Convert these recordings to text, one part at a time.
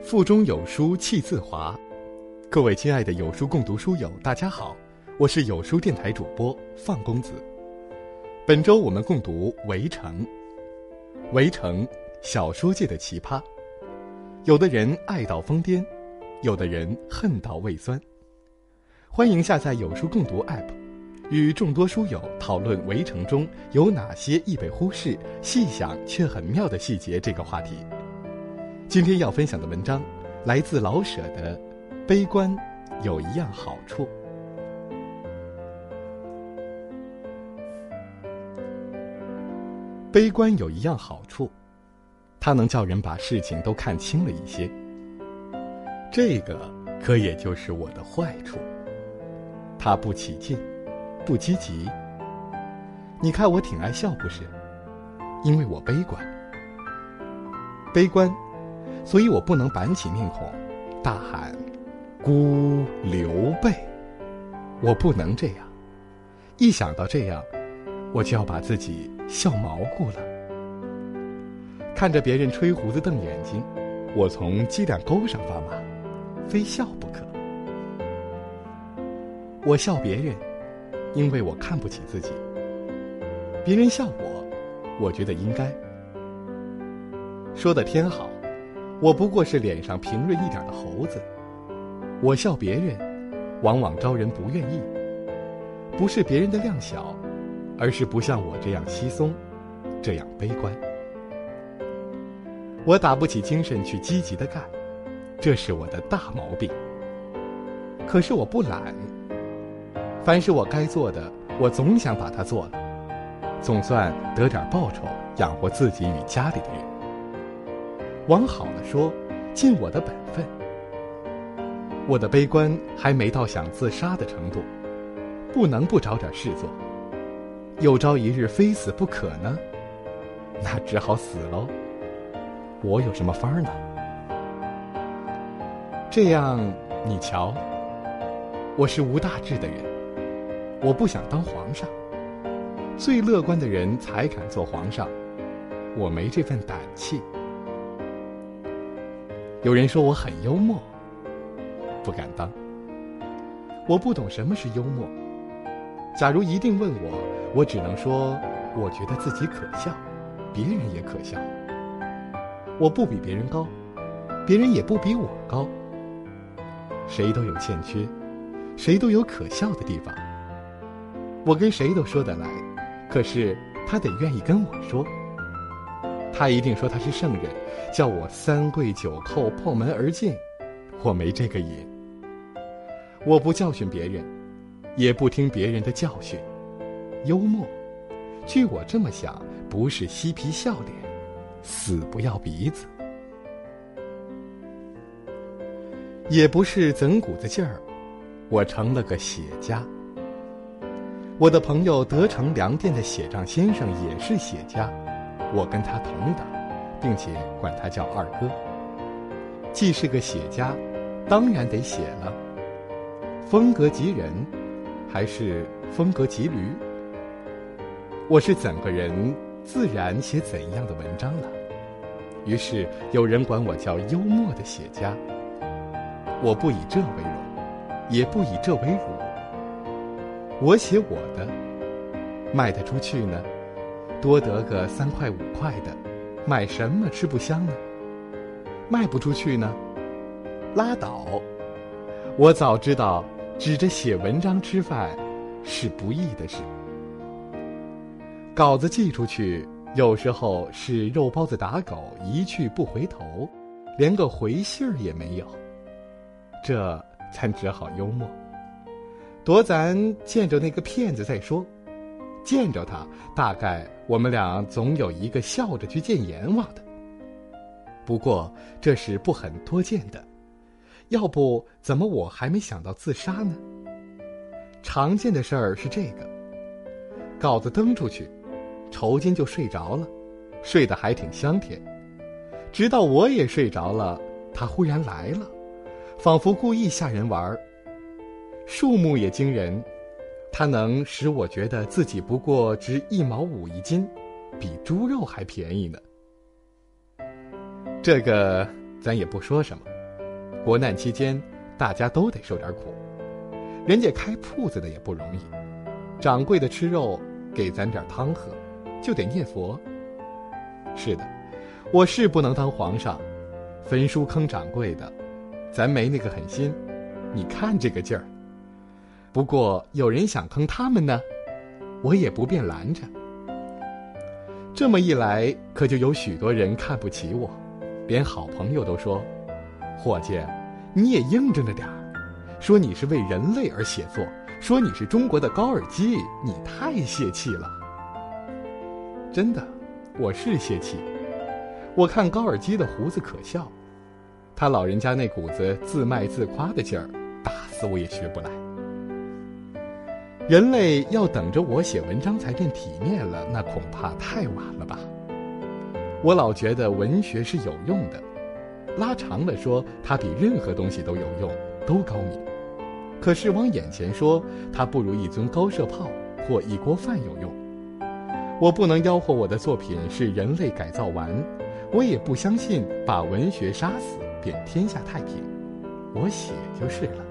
腹中有书气自华。各位亲爱的有书共读书友，大家好，我是有书电台主播放公子。本周我们共读《围城》。围城，小说界的奇葩，有的人爱到疯癫，有的人恨到胃酸。欢迎下载有书共读 App， 与众多书友讨论《围城》中有哪些易被忽视、细想却很妙的细节这个话题。今天要分享的文章来自老舍的《悲观有一样好处》。悲观有一样好处，它能叫人把事情都看清了一些。这个可也就是我的坏处，它不起劲，不积极。你看我挺爱笑不是？因为我悲观。悲观，所以我不能板起面孔大喊孤刘备，我不能这样。一想到这样，我就要把自己笑毛骨了。看着别人吹胡子瞪眼睛，我从鸡蛋沟上发麻，非笑不可。我笑别人，因为我看不起自己。别人笑我，我觉得应该。说得天好，我不过是脸上平润一点的猴子。我笑别人，往往招人不愿意。不是别人的量小，而是不像我这样稀松，这样悲观。我打不起精神去积极的干，这是我的大毛病。可是我不懒，凡是我该做的，我总想把它做了，总算得点报酬，养活自己与家里的人。往好了说，尽我的本分。我的悲观还没到想自杀的程度，不能不找点事做。有朝一日非死不可呢，那只好死喽。我有什么法呢？这样，你瞧，我是无大志的人，我不想当皇上。最乐观的人才敢做皇上，我没这份胆气。有人说我很幽默，不敢当。我不懂什么是幽默。假如一定问我，我只能说，我觉得自己可笑，别人也可笑。我不比别人高，别人也不比我高。谁都有欠缺，谁都有可笑的地方。我跟谁都说得来，可是他得愿意跟我说。他一定说他是圣人，叫我三跪九叩破门而进，我没这个瘾。我不教训别人，也不听别人的教训。幽默，据我这么想，不是嬉皮笑脸，死不要鼻子，也不是怎股子劲儿，我成了个写家。我的朋友德成粮店的写账先生也是写家，我跟他同等，并且管他叫二哥。既是个写家，当然得写了。风格及人，还是风格及驴？我是怎个人，自然写怎样的文章了。于是有人管我叫幽默的写家。我不以这为荣，也不以这为辱。我写我的，卖得出去呢，多得个3块5块的，买什么吃不香呢？卖不出去呢，拉倒。我早知道指着写文章吃饭是不易的事。稿子寄出去，有时候是肉包子打狗，一去不回头，连个回信儿也没有。这咱只好幽默，躲咱见着那个骗子再说。见着他，大概我们俩总有一个笑着去见阎王的。不过这是不很多见的，要不怎么我还没想到自杀呢？常见的事儿是这个：稿子登出去，酬金就睡着了，睡得还挺香甜。直到我也睡着了，他忽然来了，仿佛故意吓人玩。数目也惊人，它能使我觉得自己不过值1毛5一斤，比猪肉还便宜呢。这个咱也不说什么， 国难期间，大家都得受点苦。人家开铺子的也不容易，掌柜的吃肉给咱点汤喝，就得念佛。是的，我是不能当皇上，焚书坑掌柜的，咱没那个狠心。你看这个劲儿。不过有人想坑他们呢，我也不便拦着。这么一来，可就有许多人看不起我，连好朋友都说：“伙计，你也硬着点儿，说你是为人类而写作，说你是中国的高尔基，你太泄气了。”真的，我是泄气。我看高尔基的胡子可笑，他老人家那股子自卖自夸的劲儿，打死我也学不来。人类要等着我写文章才变体面了，那恐怕太晚了吧。我老觉得文学是有用的，拉长了说，它比任何东西都有用，都高明。可是往眼前说，它不如一尊高射炮或一锅饭有用。我不能吆喝我的作品是人类改造完，我也不相信把文学杀死便天下太平，我写就是了。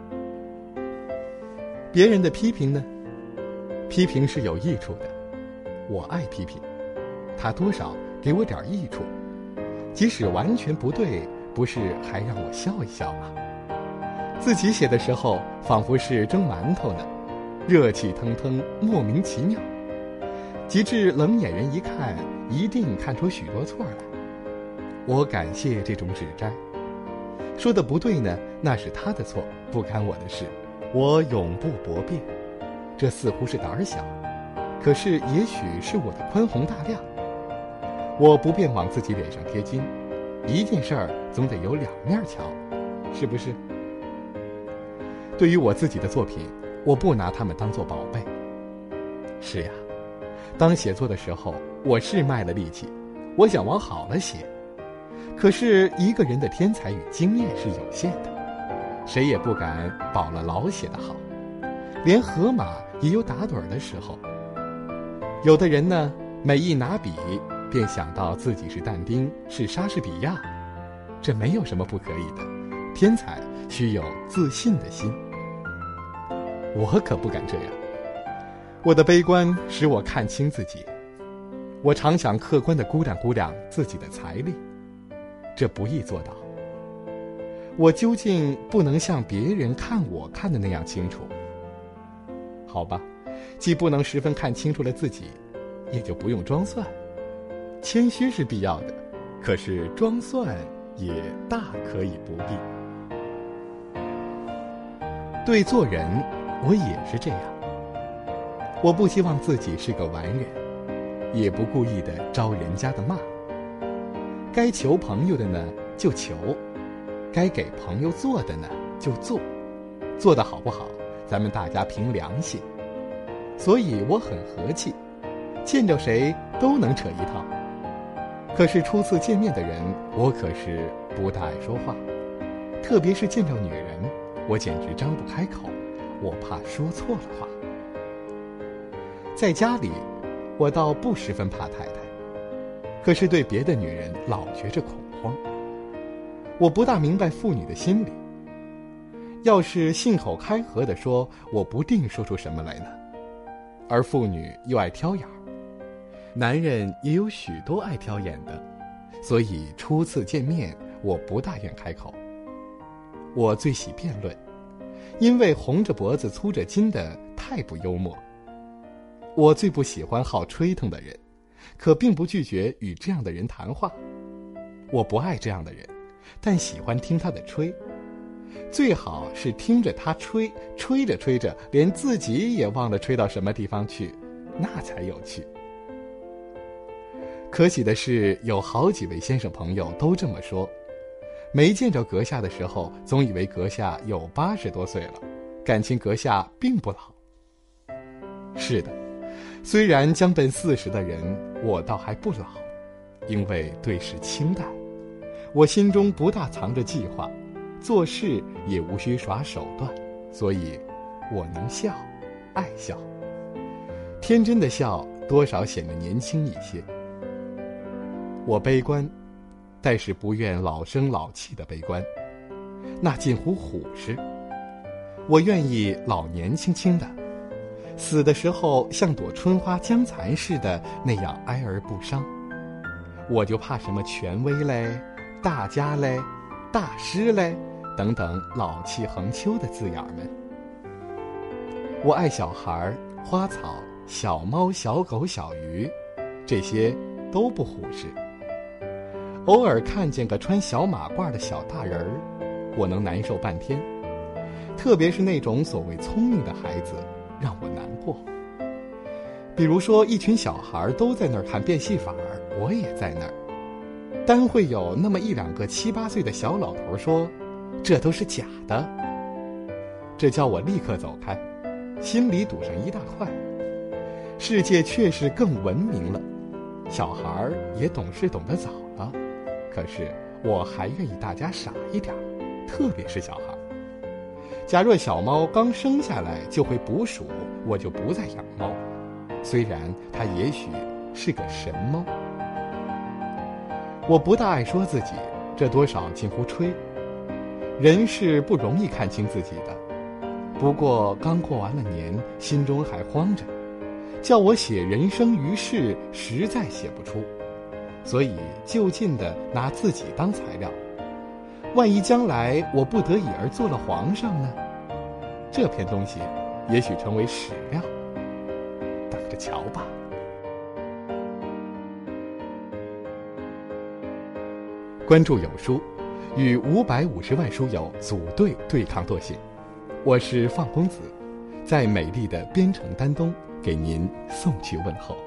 别人的批评呢？批评是有益处的，我爱批评，它多少给我点益处，即使完全不对，不是还让我笑一笑吗？自己写的时候仿佛是蒸馒头呢，热气腾腾，莫名其妙，及至冷眼人一看，一定看出许多错来。我感谢这种指摘，说的不对呢，那是他的错，不干我的事，我永不驳辩。这似乎是胆小，可是也许是我的宽宏大量。我不便往自己脸上贴金，一件事儿总得有两面瞧，是不是？对于我自己的作品，我不拿它们当作宝贝。是呀，当写作的时候，我是卖了力气，我想往好了写。可是一个人的天才与经验是有限的，谁也不敢保了老写得好，连河马也有打盹的时候。有的人呢，每一拿笔便想到自己是但丁，是莎士比亚，这没有什么不可以的，天才需有自信的心。我可不敢这样，我的悲观使我看清自己，我常想客观地估量估量自己的财力，这不易做到。我究竟不能像别人看我看的那样清楚，好吧，既不能十分看清楚了自己，也就不用装蒜。谦虚是必要的，可是装蒜也大可以不必。对做人，我也是这样。我不希望自己是个完人，也不故意的招人家的骂。该求朋友的呢就求，该给朋友做的呢就做，做得好不好，咱们大家凭良心。所以我很和气，见着谁都能扯一套。可是初次见面的人，我可是不大爱说话，特别是见着女人，我简直张不开口，我怕说错了话。在家里，我倒不十分怕太太，可是对别的女人老觉着恐慌。我不大明白妇女的心理，要是信口开河地说，我不定说出什么来呢。而妇女又爱挑眼儿，男人也有许多爱挑眼的，所以初次见面，我不大愿开口。我最喜辩论，因为红着脖子粗着筋的太不幽默。我最不喜欢好吹腾的人，可并不拒绝与这样的人谈话。我不爱这样的人，但喜欢听他的吹。最好是听着他吹，吹着吹着，连自己也忘了吹到什么地方去，那才有趣。可喜的是，有好几位先生朋友都这么说。没见着阁下的时候，总以为阁下有80多岁了，感情阁下并不老。是的，虽然将奔40的人，我倒还不老，因为对事清淡，我心中不大藏着计划，做事也无需耍手段，所以我能笑，爱笑。天真的笑多少显得年轻一些。我悲观，但是不愿老生老气的悲观。 那近乎虎视。我愿意老年轻轻的，死的时候像朵春花将残似的那样哀而不伤。我就怕什么权威嘞、大家嘞、大师嘞等等老气横秋的字眼们。我爱小孩、花草、小猫、小狗、小鱼，这些都不忽视。偶尔看见个穿小马褂的小大人儿，我能难受半天。特别是那种所谓聪明的孩子，让我难过。比如说，一群小孩都在那儿看变戏法，我也在那儿。单会有那么一两个7、8岁的小老头说：“这都是假的。”这叫我立刻走开，心里堵上一大块。世界确实更文明了，小孩也懂事懂得早了，可是我还愿意大家傻一点，特别是小孩。假若小猫刚生下来就会捕鼠，我就不再养猫，虽然它也许是个神猫。我不大爱说自己，这多少近乎吹。人是不容易看清自己的，不过刚过完了年，心中还慌着，叫我写人生于世，实在写不出，所以就近的拿自己当材料。万一将来我不得已而做了皇上呢？这篇东西也许成为史料，等着瞧吧。关注有书，与550万书友组队对抗惰性。我是放公子，在美丽的边城丹东给您送去问候。